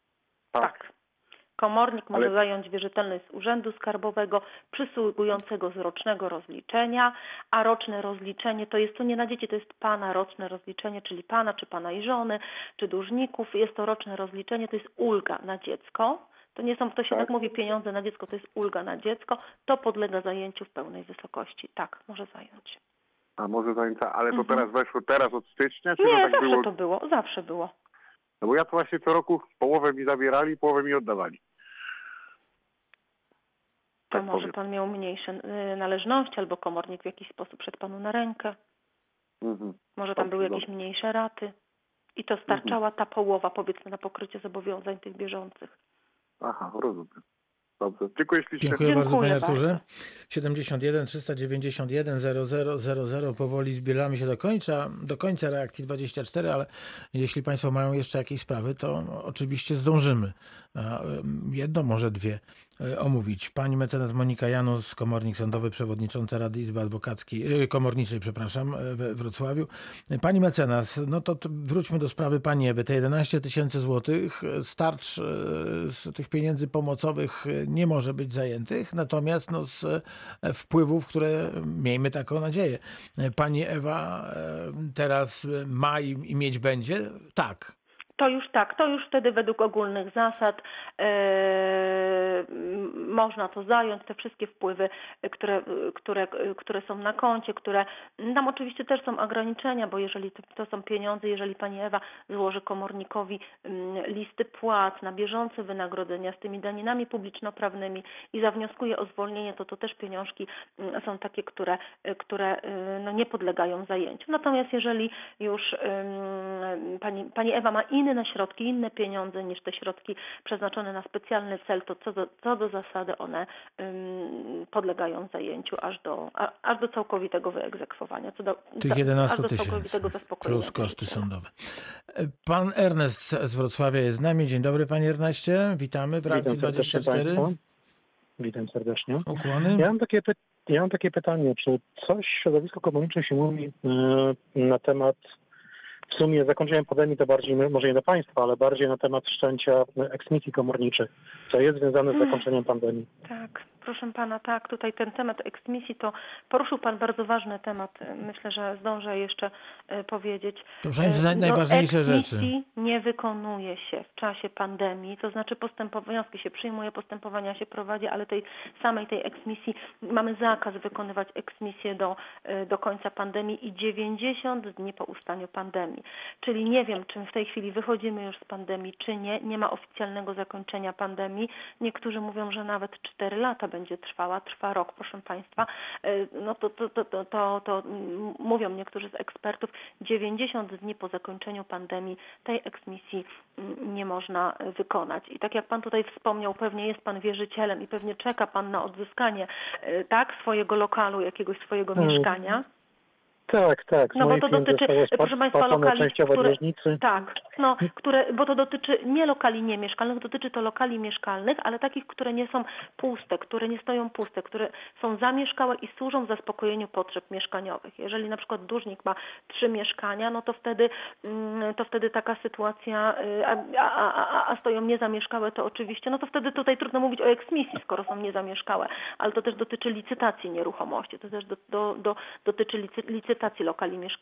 Tak. Komornik może Ale- zająć wierzytelność z Urzędu Skarbowego przysługującego z rocznego rozliczenia, a roczne rozliczenie to jest to nie na dzieci, to jest pana roczne rozliczenie, czyli pana, czy pana i żony, czy dłużników. Jest to roczne rozliczenie, to jest ulga na dziecko. To nie są, to się tak, Tak. mówi, pieniądze na dziecko, to jest ulga na dziecko. To podlega zajęciu w pełnej wysokości. Tak, może zająć. A może zająć, ale to Mhm. teraz weszło teraz od stycznia, czy Nie, to tak zawsze było? to było, zawsze było. No bo ja to właśnie co roku połowę mi zabierali, połowę mi oddawali. To Tak może powiem. pan miał mniejsze y, należności, albo komornik w jakiś sposób szedł panu na rękę. Mhm. Może tam Dobrze, były jakieś dobrze. mniejsze raty. I to starczała ta połowa, powiedzmy, na pokrycie zobowiązań tych bieżących. Aha, rozumiem. Dobrze, dziękuję ślicznie. Dziękuję bardzo, Dziękuję panie Arturze. bardzo. siedemdziesiąt jeden trzysta dziewięćdziesiąt jeden zero zero zero zero. Powoli zbieramy się do końca, do końca reakcji dwadzieścia cztery, ale jeśli państwo mają jeszcze jakieś sprawy, to oczywiście zdążymy. A, em, Jedno, może dwie e, omówić. Pani mecenas Monika Janus, komornik sądowy, przewodnicząca Rady Izby Adwokackiej, e, Komorniczej, przepraszam, e, we Wrocławiu. E, Pani mecenas, no to t- wróćmy do sprawy pani Ewy. Te jedenaście tysięcy złotych e, starcz e, z tych pieniędzy pomocowych e, nie może być zajętych, natomiast no, z e, wpływów, które miejmy taką nadzieję, e, pani Ewa e, teraz e, ma i, i mieć będzie, tak. To już tak, to już wtedy według ogólnych zasad e, m, można to zająć, te wszystkie wpływy, które, które, które są na koncie, które tam oczywiście też są ograniczenia, bo jeżeli to, to są pieniądze, jeżeli pani Ewa złoży komornikowi m, listy płac na bieżące wynagrodzenia z tymi daninami publiczno-prawnymi i zawnioskuje o zwolnienie, to to też pieniążki m, są takie, które, które no, nie podlegają zajęciu. Natomiast jeżeli już m, pani, pani Ewa ma inne inne środki, inne pieniądze niż te środki przeznaczone na specjalny cel, to co do, co do zasady one um, podlegają zajęciu aż do, a, aż do całkowitego wyegzekwowania. Co do, Tych jedenaście aż do tysięcy całkowitego zaspokojenia plus koszty dzieci. sądowe. Pan Ernest z Wrocławia jest z nami. Dzień dobry, panie Erneście. Witamy w Reakcji Witam dwadzieścia serdecznie cztery. państwa. Witam serdecznie. Ukłony. Ja mam takie, py- ja mam takie pytanie, czy coś w środowisku komorniczym się mówi e, na temat w sumie zakończenia pandemii, to bardziej, może nie do państwa, ale bardziej na temat wszczęcia eksmisji komorniczych, co jest związane z zakończeniem pandemii. Tak, proszę pana, tak, tutaj ten temat eksmisji to poruszył pan bardzo ważny temat. Myślę, że zdążę jeszcze e, powiedzieć. To przynajmniej naj- najważniejsze eksmisji rzeczy. nie wykonuje się w czasie pandemii, to znaczy postępowania, wnioski się przyjmuje, postępowania się prowadzi, ale tej samej tej eksmisji mamy zakaz wykonywać eksmisję do, e, do końca pandemii i dziewięćdziesiąt dni po ustaniu pandemii. Czyli nie wiem, czy w tej chwili wychodzimy już z pandemii, czy nie. Nie ma oficjalnego zakończenia pandemii. Niektórzy mówią, że nawet cztery lata będzie trwała. Trwa rok, proszę państwa. No to, to, to, to, to, to mówią niektórzy z ekspertów. dziewięćdziesiąt dni po zakończeniu pandemii tej eksmisji nie można wykonać. I tak jak pan tutaj wspomniał, pewnie jest pan wierzycielem i pewnie czeka pan na odzyskanie tak swojego lokalu, jakiegoś swojego Hmm. mieszkania. Tak, tak. Z No bo moich to firm dotyczy, zostało proszę spa- państwa, spłacone lokali, częściowo które, dłużnicy. tak, no, które, bo to dotyczy nie lokali niemieszkalnych, dotyczy to lokali mieszkalnych, ale takich, które nie są puste, które nie stoją puste, które są zamieszkałe i służą zaspokojeniu potrzeb mieszkaniowych. Jeżeli na przykład dłużnik ma trzy mieszkania, no to wtedy, to wtedy taka sytuacja, a, a, a, a stoją niezamieszkałe, to oczywiście, no to wtedy tutaj trudno mówić o eksmisji, skoro są niezamieszkałe, ale to też dotyczy licytacji nieruchomości, to też do, do, do, dotyczy licy, licytacji lokali mieszkalnych.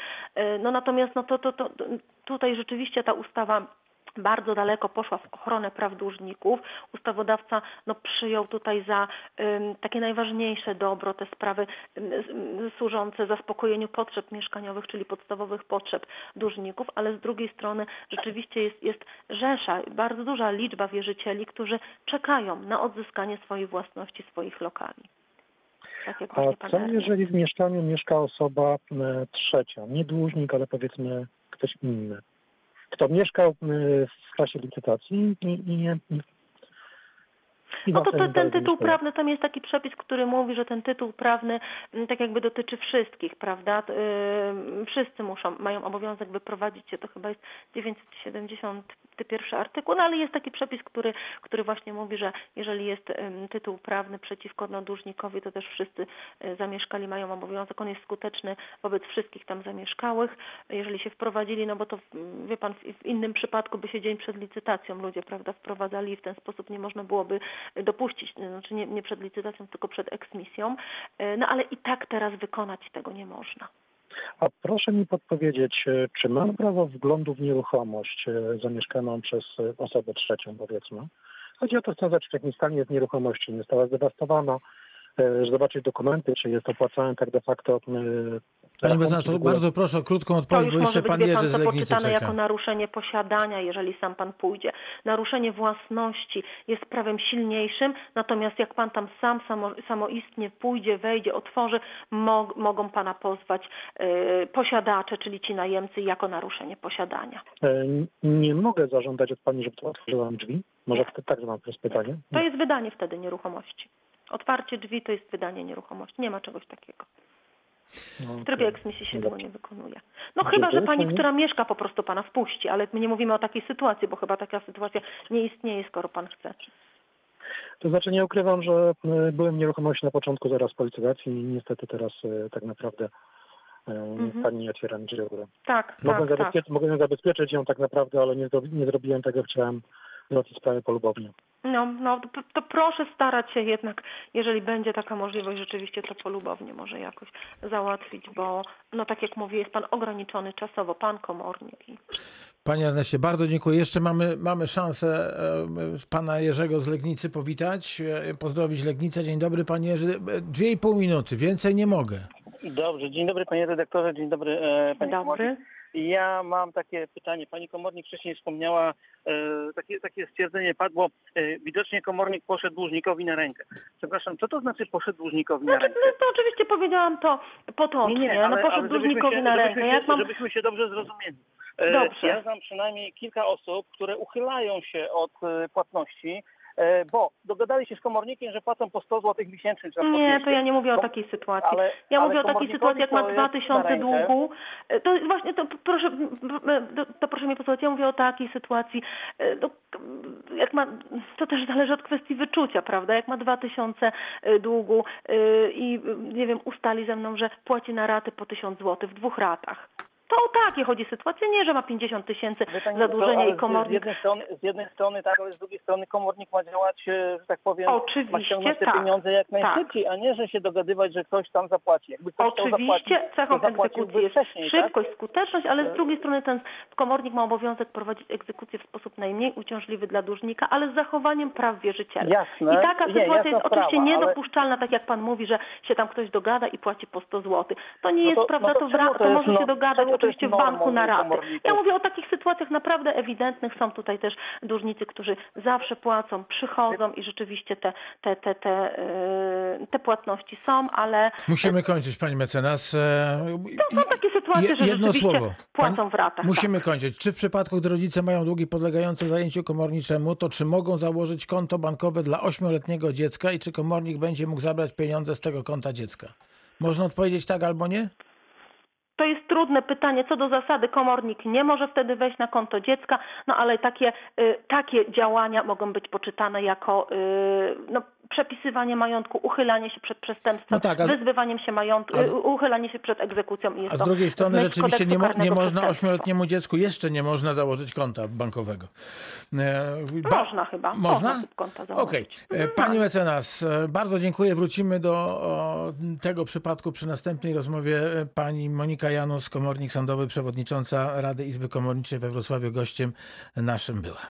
No natomiast no to, to, to, tutaj rzeczywiście ta ustawa bardzo daleko poszła w ochronę praw dłużników. Ustawodawca no, przyjął tutaj za um, takie najważniejsze dobro te sprawy um, służące zaspokojeniu potrzeb mieszkaniowych, czyli podstawowych potrzeb dłużników, ale z drugiej strony rzeczywiście jest, jest rzesza, bardzo duża liczba wierzycieli, którzy czekają na odzyskanie swojej własności, swoich lokali. Tak jak A co jeżeli w mieszkaniu mieszka osoba e, trzecia, nie dłużnik, ale powiedzmy ktoś inny, kto mieszkał e, w czasie licytacji i, i nie... I, i no to ten, ten tytuł mieszkania. prawny, tam jest taki przepis, który mówi, że ten tytuł prawny tak jakby dotyczy wszystkich, prawda? Yy, wszyscy muszą, mają obowiązek wyprowadzić się, to chyba jest dziewięćset siedemdziesiąty pierwszy artykuł, no ale jest taki przepis, który, który właśnie mówi, że jeżeli jest um, tytuł prawny przeciwko no, dłużnikowi, to też wszyscy y, zamieszkali mają obowiązek, on jest skuteczny wobec wszystkich tam zamieszkałych, jeżeli się wprowadzili, no bo to wie pan, w, w innym przypadku by się dzień przed licytacją ludzie, prawda, wprowadzali i w ten sposób nie można byłoby dopuścić, znaczy nie, nie przed licytacją, tylko przed eksmisją, y, no ale i tak teraz wykonać tego nie można. A proszę mi podpowiedzieć, czy mam prawo wglądu w nieruchomość zamieszkaną przez osobę trzecią, powiedzmy? Chodzi o to, chcę zobaczyć, w jakim stanie jest nieruchomość, czy nie została zdewastowana, zobaczyć dokumenty, czy jest opłacane tak de facto. Panie Bezato, bardzo proszę o krótką odpowiedź, bo jeszcze pan Jerzy z Legnicy czeka. jako naruszenie posiadania, jeżeli sam pan pójdzie. Naruszenie własności jest prawem silniejszym, natomiast jak pan tam sam samo, samoistnie pójdzie, wejdzie, otworzy, mo, mogą pana pozwać y, posiadacze, czyli ci najemcy, jako naruszenie posiadania. Nie mogę zażądać od pani, żeby to otworzyła drzwi? Może tak mam to jest pytanie? To jest wydanie wtedy nieruchomości. Otwarcie drzwi to jest wydanie nieruchomości. Nie ma czegoś takiego. W trybie eksmisji się tego nie wykonuje. No chyba, że pani, która mieszka, po prostu pana wpuści, ale my nie mówimy o takiej sytuacji, bo chyba taka sytuacja nie istnieje, skoro pan chce. To znaczy nie ukrywam, że byłem w nieruchomości na początku zaraz po licytacji i niestety teraz tak naprawdę mhm. pani nie otwiera drzwi. Tak, mogłem, tak, zabezpie- tak. mogłem zabezpieczyć ją tak naprawdę, ale nie, zro- nie zrobiłem tego, chciałem załatwić sprawę polubownie. No, no to, to proszę starać się jednak, jeżeli będzie taka możliwość, rzeczywiście to polubownie może jakoś załatwić, bo no tak jak mówię, jest pan ograniczony czasowo, pan komornik. I... Panie Erneście, bardzo dziękuję. Jeszcze mamy, mamy szansę e, pana Jerzego z Legnicy powitać, e, pozdrowić Legnicę. Dzień dobry panie Jerzy. Dwie i pół minuty, więcej nie mogę. Dobrze, dzień dobry panie redaktorze, dzień dobry e, panie Dobry. komornik. Ja mam takie pytanie. Pani komornik wcześniej wspomniała, e, takie, takie stwierdzenie padło, e, widocznie komornik poszedł dłużnikowi na rękę. Przepraszam, co to znaczy poszedł dłużnikowi na Znaczy, rękę? no, to oczywiście powiedziałam to potocznie, Nie, nie, no ale, poszedł ale dłużnikowi się, na rękę. żebyśmy, Jak się, mam... żebyśmy się dobrze zrozumieli. E, Dobrze. Ja znam przynajmniej kilka osób, które uchylają się od e, płatności, e, bo dogadali się z komornikiem, że płacą po sto złotych miesięcznie. Czy tam po Nie, dwieście. to ja nie mówię o To- takiej sytuacji. ale- Ja ale mówię o takiej komornikowi sytuacji, jak ma to dwa jest tysiące na rękę. długu. To jest właśnie, to proszę, to, to proszę mnie posłuchać, ja mówię o takiej sytuacji, no, jak ma, to też zależy od kwestii wyczucia, prawda? Jak ma dwa tysiące długu i nie wiem, ustali ze mną, że płaci na raty po tysiąc złotych w dwóch ratach. To o takie chodzi sytuacje, nie, że ma pięćdziesiąt tysięcy Wie pani, zadłużenia to, i ale komornik. Z jednej, strony, z jednej strony tak, ale z drugiej strony komornik ma działać, e, że tak powiem, Oczywiście, ma ściągnąć te tak, pieniądze jak tak. najszybciej, a nie, że się dogadywać, że ktoś tam zapłaci. Jakby ktoś chciał zapłacić, Oczywiście cechą to zapłaciłby egzekucji jest wcześniej, szybkość, tak? skuteczność, ale z drugiej strony ten komornik ma obowiązek prowadzić egzekucję w sposób najmniej uciążliwy dla dłużnika, ale z zachowaniem praw wierzyciela. Jasne. I taka Nie, sytuacja jasna jest oczywiście sprawa, ale- niedopuszczalna, tak jak pan mówi, że się tam ktoś dogada i płaci po sto złotych. To nie No jest to- prawda, no to to, w czemu ra- to to jest może no- się dogadać czemu to oczywiście w jest banku normą na u raty. komorników? Ja mówię o takich sytuacjach naprawdę ewidentnych. Są tutaj też dłużnicy, którzy zawsze płacą, przychodzą i rzeczywiście te, te, te, te, yy, te płatności są, ale Musimy kończyć, pani mecenas. E, to są takie sytuacje, je- że jedno rzeczywiście słowo. płacą Pan- w ratach. Musimy tak. kończyć. Czy w przypadku, gdy rodzice mają długi podlegające zajęciu komorniczemu, to czy mogą założyć konto bankowe dla ośmioletniego dziecka i czy komornik będzie mógł zabrać pieniądze z tego konta dziecka? Można odpowiedzieć tak albo nie? To jest trudne pytanie. Co do zasady komornik nie może wtedy wejść na konto dziecka, no ale takie, y, takie działania mogą być poczytane jako y, no, przepisywanie majątku, uchylanie się przed przestępstwem, No tak, a z- wyzbywaniem się majątku, a z- y, uchylanie się przed egzekucją. I jest A z to drugiej strony w myśl rzeczywiście kodeksu nie, mo- nie karnego można przestępstwo. ośmioletniemu dziecku, jeszcze nie można założyć konta bankowego. E, ba- Można chyba. Można? Można konta założyć. Okej. E, Pani mecenas, e, bardzo dziękuję. Wrócimy do o, tego przypadku przy następnej rozmowie. E, Pani Monika Janus, komornik sądowy, przewodnicząca Rady Izby Komorniczej we Wrocławiu, gościem naszym była.